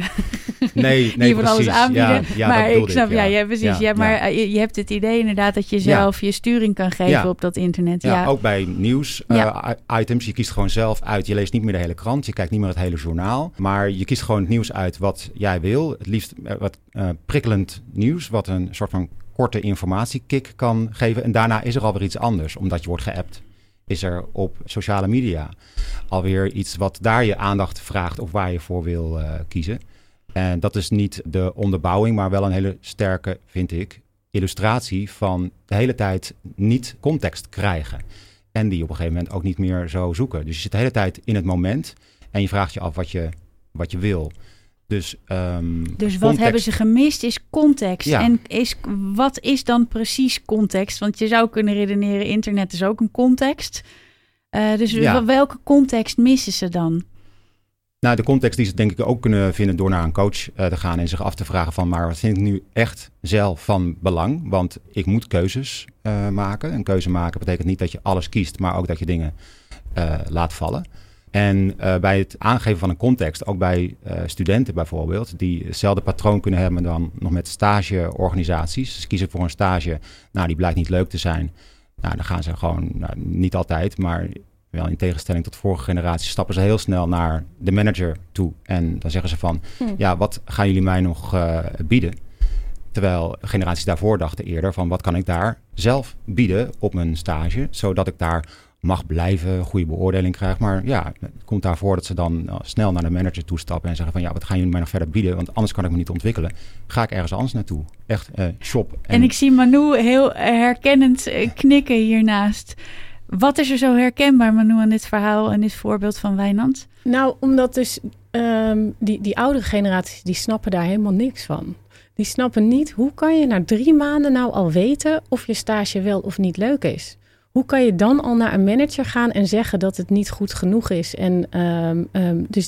die van alles aanbieden. Ja, maar ik snap, ja. Ja, precies. Maar je hebt het idee inderdaad dat je zelf je sturing kan geven op dat internet. Ja, ook bij nieuws items. Je kiest gewoon zelf uit. Je leest niet meer de hele krant. Je kijkt niet meer het hele journaal. Maar je kiest gewoon het nieuws uit wat jij wil. Het liefst wat prikkelend nieuws. Wat een soort van korte informatiekick kan geven. En daarna is er alweer iets anders, omdat je wordt geappt. Is er op sociale media alweer iets wat daar je aandacht vraagt of waar je voor wil kiezen. En dat is niet de onderbouwing, maar wel een hele sterke, vind ik, illustratie van de hele tijd niet context krijgen. En die op een gegeven moment ook niet meer zo zoeken. Dus je zit de hele tijd in het moment en je vraagt je af wat je wil. Dus wat hebben ze gemist is context. Ja. En wat is dan precies context? Want je zou kunnen redeneren, internet is ook een context. Welke context missen ze dan? Nou, de context die ze denk ik ook kunnen vinden door naar een coach te gaan en zich af te vragen van, maar wat vind ik nu echt zelf van belang? Want ik moet keuzes maken. Een keuze maken betekent niet dat je alles kiest, maar ook dat je dingen laat vallen. En bij het aangeven van een context, ook bij studenten bijvoorbeeld, die hetzelfde patroon kunnen hebben dan nog met stageorganisaties. Ze kiezen voor een stage, die blijkt niet leuk te zijn. Nou, dan gaan ze gewoon, niet altijd, maar wel in tegenstelling tot vorige generaties, stappen ze heel snel naar de manager toe. En dan zeggen ze van, wat gaan jullie mij nog bieden? Terwijl generaties daarvoor dachten eerder van, wat kan ik daar zelf bieden op mijn stage, zodat ik daar mag blijven, goede beoordeling krijg. Maar ja, het komt daarvoor dat ze dan snel naar de manager toestappen en zeggen van, wat gaan jullie mij nog verder bieden? Want anders kan ik me niet ontwikkelen. Ga ik ergens anders naartoe? Echt shop. En ik zie Manu heel herkennend knikken hiernaast. Wat is er zo herkenbaar, Manu, aan dit verhaal en dit voorbeeld van Wijnand? Nou, omdat dus die oudere generaties, die snappen daar helemaal niks van. Die snappen niet, hoe kan je na 3 maanden nou al weten of je stage wel of niet leuk is? Hoe kan je dan al naar een manager gaan en zeggen dat het niet goed genoeg is? En dus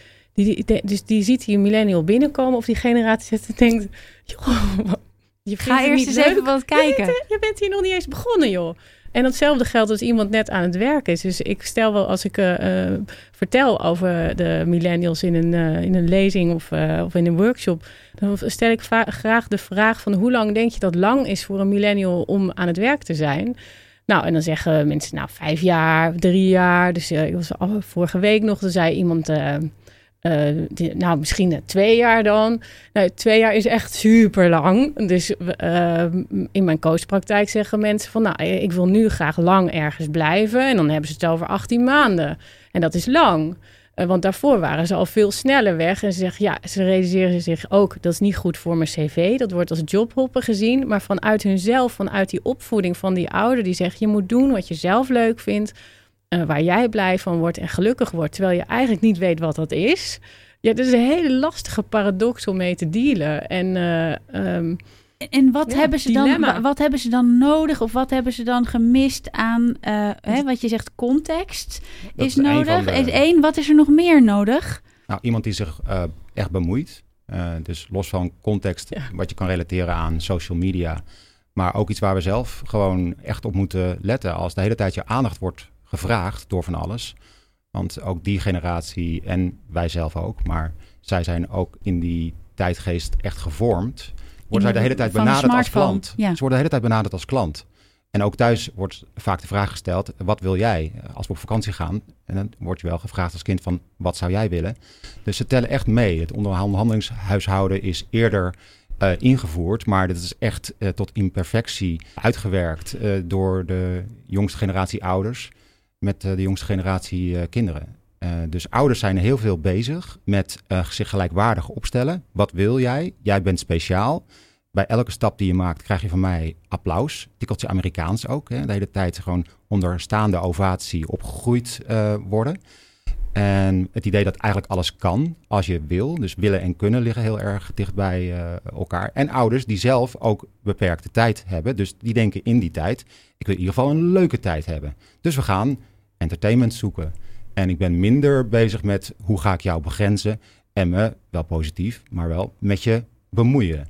die ziet die millennial binnenkomen of die generatie zit en denkt, joh, je ga eerst eens even wat kijken. Je bent hier nog niet eens begonnen, joh. En datzelfde geldt als iemand net aan het werk is. Dus ik stel wel, als ik vertel over de millennials in een lezing of in een workshop, dan stel ik graag de vraag van, hoe lang denk je dat lang is voor een millennial om aan het werk te zijn? Nou, en dan zeggen mensen, 5 jaar, 3 jaar. Dus vorige week nog, er zei iemand Misschien 2 jaar dan. 2 jaar is echt super lang. Dus in mijn coachpraktijk zeggen mensen van... ik wil nu graag lang ergens blijven. En dan hebben ze het over 18 maanden. En dat is lang. Want daarvoor waren ze al veel sneller weg. En ze zeggen, ze realiseren zich ook... dat is niet goed voor mijn cv. Dat wordt als jobhoppen gezien. Maar vanuit hunzelf, vanuit die opvoeding van die ouder... die zegt, je moet doen wat je zelf leuk vindt... waar jij blij van wordt en gelukkig wordt... terwijl je eigenlijk niet weet wat dat is. Ja, dat is een hele lastige paradox om mee te dealen. En wat hebben ze dan nodig... of wat hebben ze dan gemist aan... wat je zegt, context dat is nodig. Wat is er nog meer nodig? Nou, iemand die zich echt bemoeit. Dus los van context... wat je kan relateren aan social media... maar ook iets waar we zelf gewoon echt op moeten letten... als de hele tijd je aandacht wordt... gevraagd door van alles. Want ook die generatie en wij zelf ook, maar zij zijn ook in die tijdgeest echt gevormd. Worden zij de hele tijd benaderd als klant. Ja. Ze worden de hele tijd benaderd als klant. En ook thuis wordt vaak de vraag gesteld, wat wil jij als we op vakantie gaan? En dan word je wel gevraagd als kind van, wat zou jij willen? Dus ze tellen echt mee. Het onderhandelingshuishouden is eerder ingevoerd, maar dit is echt tot imperfectie uitgewerkt door de jongste generatie ouders. Met de jongste generatie kinderen. Dus ouders zijn heel veel bezig met zich gelijkwaardig opstellen. Wat wil jij? Jij bent speciaal. Bij elke stap die je maakt krijg je van mij applaus. Tikkeltje Amerikaans ook. Hè? De hele tijd gewoon onder staande ovatie opgegroeid worden. En het idee dat eigenlijk alles kan als je wil. Dus willen en kunnen liggen heel erg dicht bij elkaar. En ouders die zelf ook beperkte tijd hebben. Dus die denken in die tijd, ik wil in ieder geval een leuke tijd hebben. Dus we gaan entertainment zoeken. En ik ben minder bezig met hoe ga ik jou begrenzen. En me, wel positief, maar wel met je bemoeien.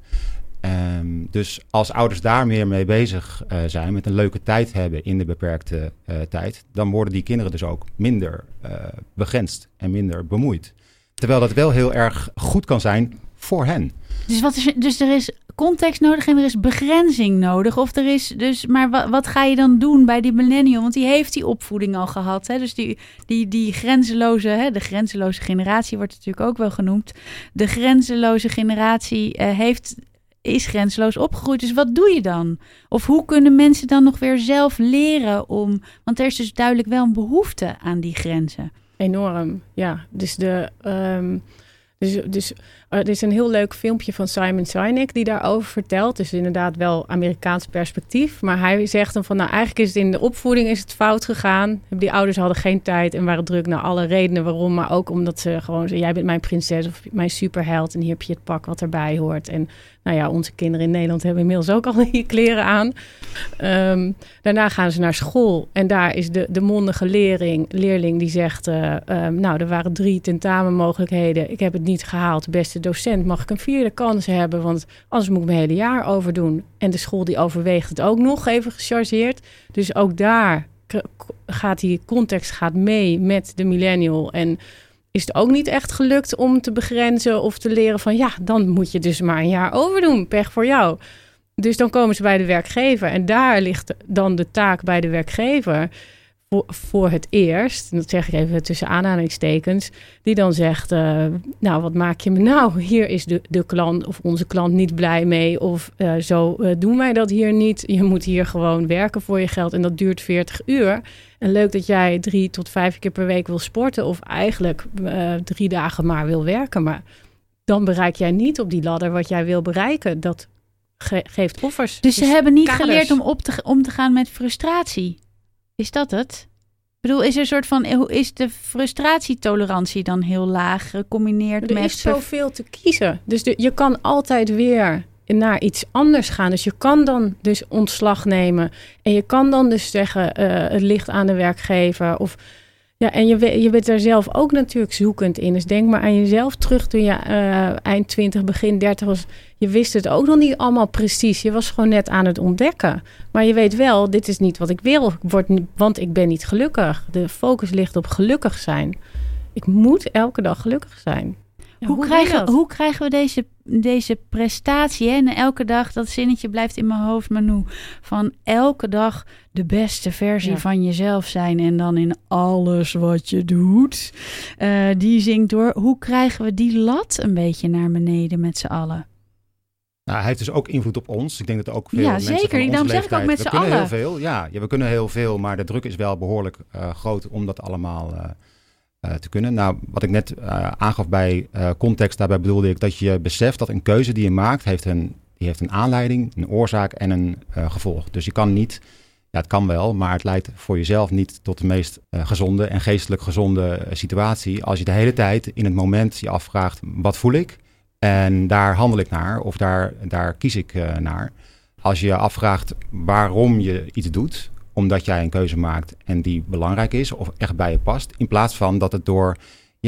Dus als ouders daar meer mee bezig zijn, met een leuke tijd hebben in de beperkte tijd, dan worden die kinderen dus ook minder begrensd en minder bemoeid. Terwijl dat wel heel erg goed kan zijn voor hen. Dus er is context nodig en er is begrenzing nodig. Of er is dus, maar wat ga je dan doen bij die millennial? Want die heeft die opvoeding al gehad. Hè? Dus die grenzeloze, de grenzeloze generatie wordt natuurlijk ook wel genoemd. De grenzeloze generatie is grenzeloos opgegroeid. Dus wat doe je dan? Of hoe kunnen mensen dan nog weer zelf leren om... Want er is dus duidelijk wel een behoefte aan die grenzen. Enorm, ja. Dus er is een heel leuk filmpje van Simon Sinek die daarover vertelt. Dus inderdaad wel Amerikaans perspectief. Maar hij zegt dan van, eigenlijk is het in de opvoeding is het fout gegaan. Die ouders hadden geen tijd en waren druk naar alle redenen waarom. Maar ook omdat ze gewoon zeiden, jij bent mijn prinses of mijn superheld. En hier heb je het pak wat erbij hoort. En onze kinderen in Nederland hebben inmiddels ook al hier kleren aan. Daarna gaan ze naar school. En daar is de mondige leerling die zegt... er waren 3 tentamenmogelijkheden. Ik heb het niet gehaald. Beste docent, mag ik een 4e kans hebben? Want anders moet ik mijn hele jaar overdoen. En de school die overweegt het ook nog, even gechargeerd. Dus ook daar gaat die context mee met de millennial. En is het ook niet echt gelukt om te begrenzen of te leren van... dan moet je dus maar een jaar overdoen. Pech voor jou. Dus dan komen ze bij de werkgever. En daar ligt dan de taak bij de werkgever voor het eerst. En dat zeg ik even tussen aanhalingstekens. Die dan zegt, wat maak je me nou? Hier is de klant of onze klant niet blij mee. Of zo doen wij dat hier niet. Je moet hier gewoon werken voor je geld. En dat duurt 40 uur. En leuk dat jij 3 tot 5 keer per week wil sporten. Of eigenlijk 3 dagen maar wil werken. Maar dan bereik jij niet op die ladder wat jij wil bereiken. Dat geeft offers. Dus ze hebben niet geleerd om te gaan met frustratie. Is dat het? Ik bedoel, is er een soort van... Is de frustratietolerantie dan heel laag gecombineerd met... Er is zoveel te kiezen. Dus je kan altijd weer naar iets anders gaan. Dus je kan dan dus ontslag nemen. En je kan dan dus zeggen, het ligt aan de werkgever. Of, en je bent daar zelf ook natuurlijk zoekend in. Dus denk maar aan jezelf terug toen je eind 20, begin 30 was. Je wist het ook nog niet allemaal precies. Je was gewoon net aan het ontdekken. Maar je weet wel, dit is niet wat ik wil. Want ik ben niet gelukkig. De focus ligt op gelukkig zijn. Ik moet elke dag gelukkig zijn. Ja, hoe krijgen we deze deze prestatie, hè, en elke dag, dat zinnetje blijft in mijn hoofd, Manu, van elke dag de beste versie van jezelf zijn en dan in alles wat je doet, die zingt door. Hoe krijgen we die lat een beetje naar beneden met z'n allen? Nou, hij heeft dus ook invloed op ons. Ik denk dat ook veel mensen zeker. van onze Daarom zeg leeftijd... ik ook met z'n allen. Heel veel, ja, we kunnen heel veel, maar de druk is wel behoorlijk groot om dat allemaal te kunnen. Nou, wat ik net aangaf bij context, daarbij bedoelde ik dat je beseft dat een keuze die je maakt, heeft een aanleiding, een oorzaak en een gevolg. Dus je kan niet, het kan wel, maar het leidt voor jezelf niet tot de meest gezonde en geestelijk gezonde situatie. Als je de hele tijd in het moment je afvraagt, wat voel ik? En daar handel ik naar of daar kies ik naar. Als je je afvraagt waarom je iets doet, omdat jij een keuze maakt en die belangrijk is of echt bij je past, in plaats van dat het door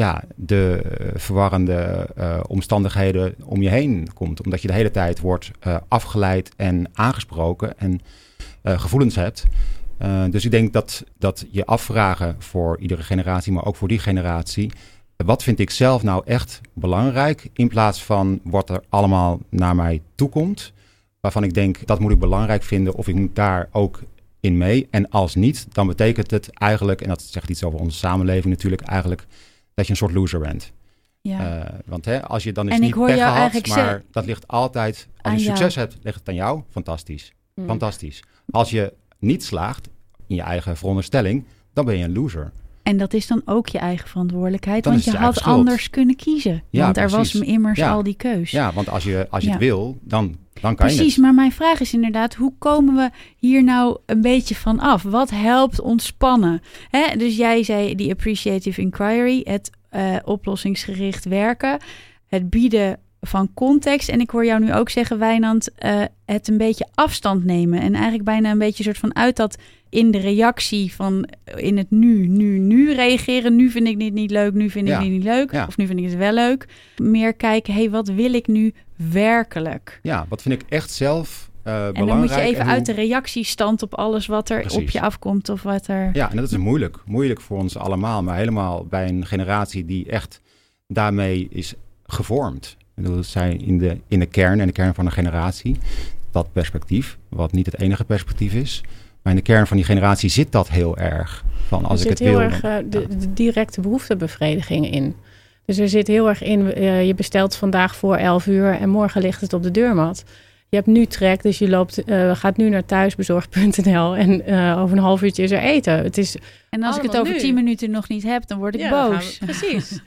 de verwarrende omstandigheden om je heen komt. Omdat je de hele tijd wordt afgeleid en aangesproken en gevoelens hebt. Dus ik denk dat je afvragen voor iedere generatie, maar ook voor die generatie, wat vind ik zelf nou echt belangrijk, in plaats van wat er allemaal naar mij toekomt, waarvan ik denk, dat moet ik belangrijk vinden of ik moet daar ook in mee. En als niet, dan betekent het eigenlijk, en dat zegt iets over onze samenleving natuurlijk, eigenlijk dat je een soort loser bent. Ja. Want als je dan eens niet pech gehad, maar dat ligt altijd, als je succes hebt, ligt het aan jou. Fantastisch. Fantastisch. Als je niet slaagt in je eigen veronderstelling, dan ben je een loser. En dat is dan ook je eigen verantwoordelijkheid, want je had anders kunnen kiezen. Ja, want er was immers al die keus. Ja, want als je het wil, dan kan je Precies, het. maar mijn vraag is inderdaad, hoe komen we hier nou een beetje van af? Wat helpt ontspannen? Dus jij zei die appreciative inquiry, het oplossingsgericht werken, het bieden van context. En ik hoor jou nu ook zeggen, Wijnand, het een beetje afstand nemen. En eigenlijk bijna een beetje soort van uit dat in de reactie van in het nu reageren. Nu vind ik dit niet leuk, nu vind ik dit niet leuk. Ja. Of nu vind ik het wel leuk. Meer kijken, wat wil ik nu werkelijk? Ja, wat vind ik echt zelf belangrijk. En dan moet je even uit de reactiestand op alles wat er op je afkomt. Of wat er... Ja, en dat is moeilijk voor ons allemaal. Maar helemaal bij een generatie die echt daarmee is gevormd. Dat zijn in de kern van een generatie, dat perspectief, wat niet het enige perspectief is. Maar in de kern van die generatie zit dat heel erg. Van als ik het wil. Er zit heel erg de directe behoeftebevrediging in. Dus er zit heel erg in, je bestelt vandaag voor 11 uur en morgen ligt het op de deurmat. Je hebt nu trek, dus je gaat nu naar thuisbezorgd.nl en over een half uurtje is er eten. Het is en als ik het over 10 minuten nog niet heb, dan word ik boos. Precies.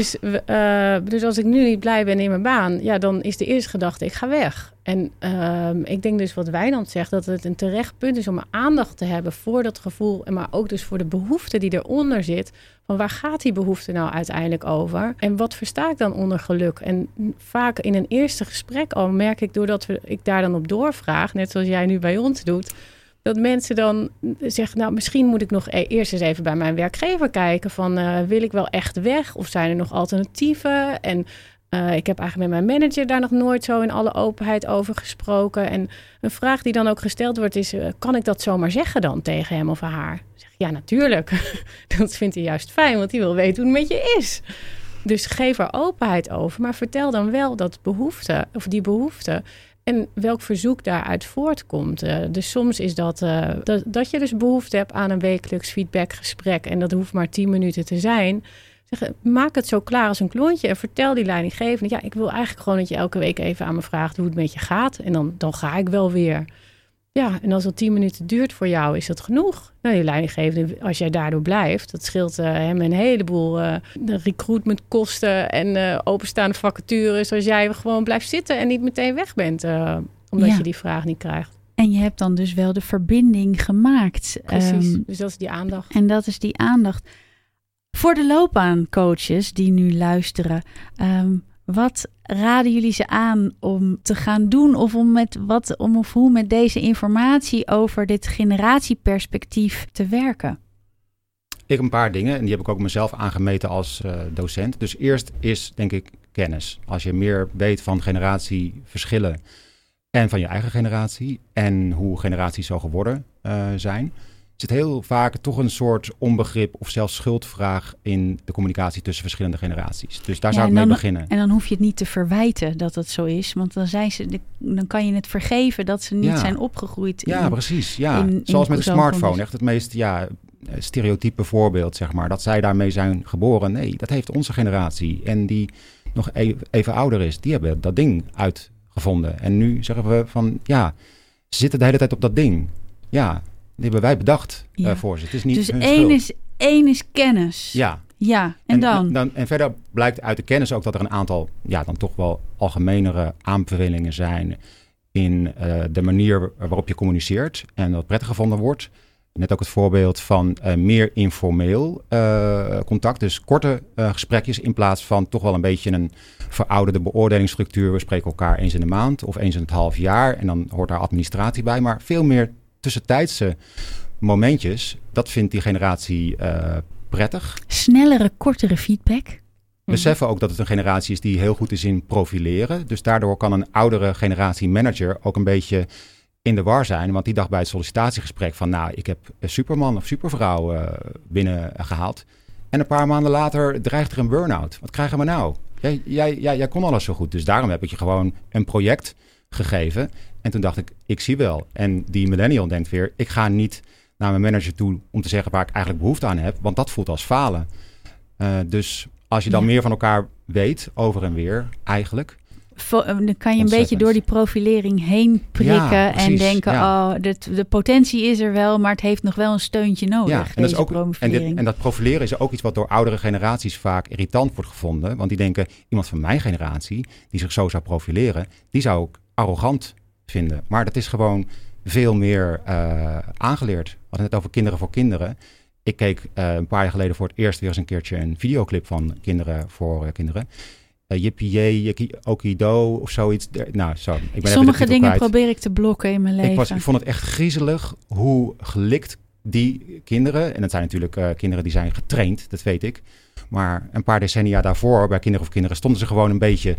Dus als ik nu niet blij ben in mijn baan, dan is de eerste gedachte, ik ga weg. En ik denk dus wat Wijnand zegt, dat het een terecht punt is om aandacht te hebben voor dat gevoel, maar ook dus voor de behoefte die eronder zit. Van waar gaat die behoefte nou uiteindelijk over? En wat versta ik dan onder geluk? En vaak in een eerste gesprek al merk ik, doordat ik daar dan op doorvraag, net zoals jij nu bij ons doet, dat mensen dan zeggen, nou misschien moet ik nog eerst eens even bij mijn werkgever kijken van wil ik wel echt weg of zijn er nog alternatieven? En ik heb eigenlijk met mijn manager daar nog nooit zo in alle openheid over gesproken. En een vraag die dan ook gesteld wordt is, kan ik dat zomaar zeggen dan tegen hem of haar? Ik zeg, ja, natuurlijk. Dat vindt hij juist fijn, want hij wil weten hoe het met je is. Dus geef er openheid over, maar vertel dan wel die behoefte. En welk verzoek daaruit voortkomt. Dus soms is dat je dus behoefte hebt aan een wekelijks feedbackgesprek. En dat hoeft maar 10 minuten te zijn. Zeg, maak het zo klaar als een klontje. En vertel die leidinggevende. Ja, ik wil eigenlijk gewoon dat je elke week even aan me vraagt hoe het met je gaat. En dan ga ik wel weer. Ja, en als het 10 minuten duurt voor jou, is dat genoeg. Nou, die leidinggevende, als jij daardoor blijft, dat scheelt hem een heleboel de recruitmentkosten en openstaande vacatures. Als jij gewoon blijft zitten en niet meteen weg bent, omdat je die vraag niet krijgt. En je hebt dan dus wel de verbinding gemaakt. Precies, dus dat is die aandacht. En dat is die aandacht. Voor de loopbaancoaches die nu luisteren, wat raden jullie ze aan om te gaan doen of hoe met deze informatie over dit generatieperspectief te werken? Ik heb een paar dingen en die heb ik ook mezelf aangemeten als docent. Dus eerst is denk ik kennis. Als je meer weet van generatieverschillen en van je eigen generatie en hoe generaties zo geworden zijn, zit heel vaak toch een soort onbegrip of zelfs schuldvraag in de communicatie tussen verschillende generaties. Dus daar zou ik mee beginnen. En dan hoef je het niet te verwijten dat het zo is, want dan kan je het vergeven dat ze niet zijn opgegroeid. Precies. Ja, zoals met de smartphone, echt het meest stereotype voorbeeld, zeg maar. Dat zij daarmee zijn geboren. Nee, dat heeft onze generatie. En die nog even ouder is, die hebben dat ding uitgevonden. En nu zeggen we van, ze zitten de hele tijd op dat ding. Ja, die hebben wij bedacht voor ze. Het is niet dus hun schuld. Eén is kennis. Ja. En dan? En verder blijkt uit de kennis ook dat er een aantal, dan toch wel algemenere aanbevelingen zijn in de manier waarop je communiceert en dat prettig gevonden wordt. Net ook het voorbeeld van meer informeel contact. Dus korte gesprekjes in plaats van toch wel een beetje een verouderde beoordelingsstructuur. We spreken elkaar eens in de maand of eens in het half jaar. En dan hoort daar administratie bij. Maar veel meer tussentijdse momentjes. Dat vindt die generatie prettig. Snellere, kortere feedback. Beseffen ook dat het een generatie is die heel goed is in profileren. Dus daardoor kan een oudere generatie manager ook een beetje in de war zijn. Want die dacht bij het sollicitatiegesprek van, ik heb een superman of supervrouw binnengehaald. En een paar maanden later dreigt er een burn-out. Wat krijgen we nou? Jij kon alles zo goed. Dus daarom heb ik je gewoon een project gegeven. En toen dacht ik zie wel. En die millennial denkt weer, ik ga niet naar mijn manager toe om te zeggen waar ik eigenlijk behoefte aan heb. Want dat voelt als falen. Dus als je dan meer van elkaar weet, over en weer eigenlijk. Dan kan je een beetje door die profilering heen prikken en denken, de potentie is er wel, maar het heeft nog wel een steuntje nodig. Ja, en dat is ook, en dat profileren is ook iets wat door oudere generaties vaak irritant wordt gevonden. Want die denken, iemand van mijn generatie die zich zo zou profileren, die zou ik arrogant vinden. Maar dat is gewoon veel meer aangeleerd. We hadden het over Kinderen voor Kinderen. Ik keek een paar jaar geleden voor het eerst weer eens een keertje een videoclip van Kinderen voor Kinderen. Yippie Okido of zoiets. Sommige dingen probeer ik te blokken in mijn leven. Ik vond het echt griezelig hoe gelikt die kinderen, en dat zijn natuurlijk kinderen die zijn getraind, dat weet ik. Maar een paar decennia daarvoor, bij Kinderen of Kinderen, stonden ze gewoon een beetje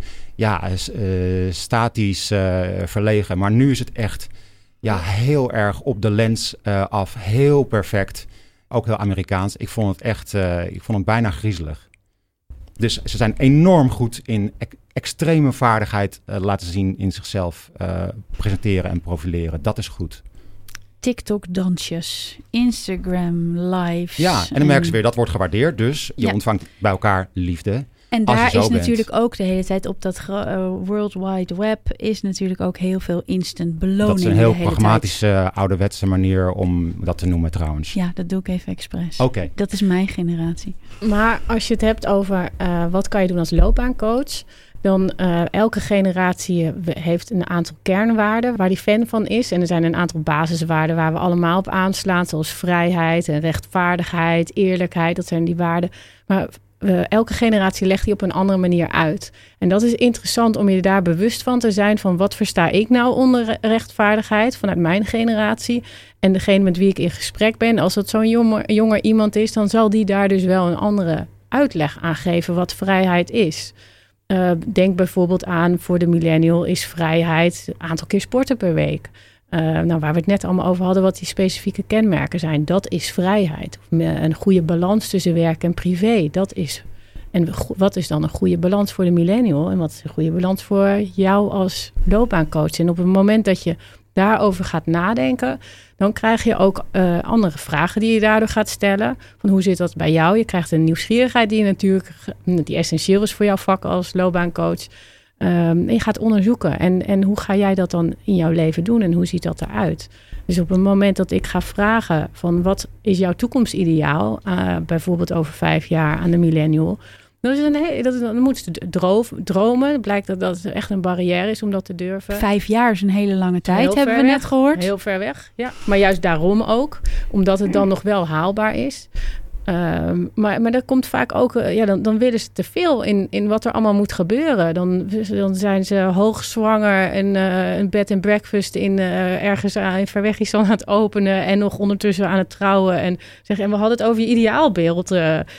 statisch verlegen. Maar nu is het echt heel erg op de lens af. Heel perfect. Ook heel Amerikaans. Ik vond het bijna griezelig. Dus ze zijn enorm goed in extreme vaardigheid laten zien in zichzelf presenteren en profileren. Dat is goed. TikTok-dansjes, Instagram lives. Ja, en dan merken ze weer, dat wordt gewaardeerd. Dus je ontvangt bij elkaar liefde. En daar is natuurlijk ook de hele tijd op dat World Wide Web is natuurlijk ook heel veel instant beloning. Dat is een heel pragmatische, ouderwetse manier om dat te noemen trouwens. Ja, dat doe ik even expres. Oké. Dat is mijn generatie. Maar als je het hebt over wat kan je doen als loopbaancoach, dan elke generatie heeft een aantal kernwaarden waar die fan van is. En er zijn een aantal basiswaarden waar we allemaal op aanslaan, zoals vrijheid en rechtvaardigheid, eerlijkheid. Dat zijn die waarden. Maar elke generatie legt die op een andere manier uit. En dat is interessant om je daar bewust van te zijn van wat versta ik nou onder rechtvaardigheid vanuit mijn generatie. En degene met wie ik in gesprek ben, als dat zo'n jonger iemand is, dan zal die daar dus wel een andere uitleg aan geven wat vrijheid is. Denk bijvoorbeeld aan, voor de millennial is vrijheid een aantal keer sporten per week. Waar we het net allemaal over hadden, wat die specifieke kenmerken zijn. Dat is vrijheid. Een goede balans tussen werk en privé. Dat is. En wat is dan een goede balans voor de millennial? En wat is een goede balans voor jou als loopbaancoach? En op het moment dat je daarover gaat nadenken, dan krijg je ook andere vragen die je daardoor gaat stellen. Van hoe zit dat bij jou? Je krijgt een nieuwsgierigheid die essentieel is voor jouw vak als loopbaancoach. En je gaat onderzoeken. En hoe ga jij dat dan in jouw leven doen? En hoe ziet dat eruit? Dus op het moment dat ik ga vragen van wat is jouw toekomstideaal? Bijvoorbeeld over 5 jaar aan de millennial. Dan moet ze dromen. Het blijkt dat dat echt een barrière is om dat te durven. 5 jaar is een hele lange tijd, hebben we net gehoord. Heel ver weg, ja. Maar juist daarom ook. Omdat het dan nog wel haalbaar is. Maar dat komt vaak ook, dan willen ze te veel in wat er allemaal moet gebeuren. Dan zijn ze hoogzwanger en een bed and breakfast ergens in Verwegistan aan het openen en nog ondertussen aan het trouwen. En we hadden het over je ideaalbeeld.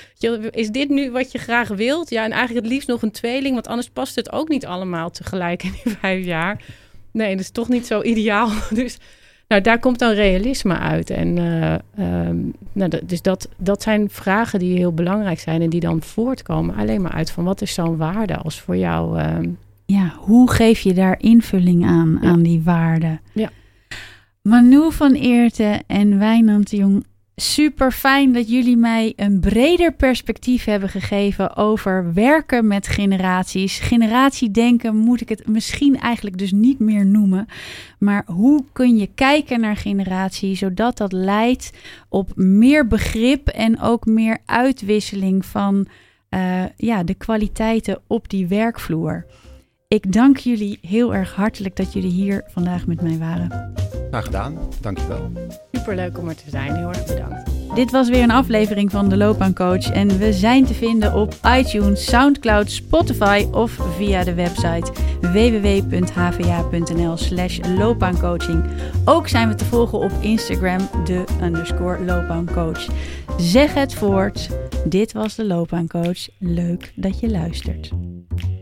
Is dit nu wat je graag wilt? Ja, en eigenlijk het liefst nog een tweeling, want anders past het ook niet allemaal tegelijk in die 5 jaar. Nee, dat is toch niet zo ideaal. Dus Nou, daar komt dan realisme uit. En dus dat zijn vragen die heel belangrijk zijn en die dan voortkomen alleen maar uit van wat is zo'n waarde als voor jou. Hoe geef je daar invulling aan die waarde? Ja. Manu van Eerten en Wijnand de Jong, super fijn dat jullie mij een breder perspectief hebben gegeven over werken met generaties. Generatiedenken moet ik het misschien eigenlijk dus niet meer noemen. Maar hoe kun je kijken naar generatie zodat dat leidt op meer begrip en ook meer uitwisseling van de kwaliteiten op die werkvloer. Ik dank jullie heel erg hartelijk dat jullie hier vandaag met mij waren. Graag gedaan, dankjewel. Superleuk om er te zijn, heel erg bedankt. Dit was weer een aflevering van de Loopbaancoach en we zijn te vinden op iTunes, Soundcloud, Spotify of via de website www.hva.nl/loopbaancoaching. Ook zijn we te volgen op Instagram, _loopbaancoach. Zeg het voort. Dit was de Loopbaancoach. Leuk dat je luistert.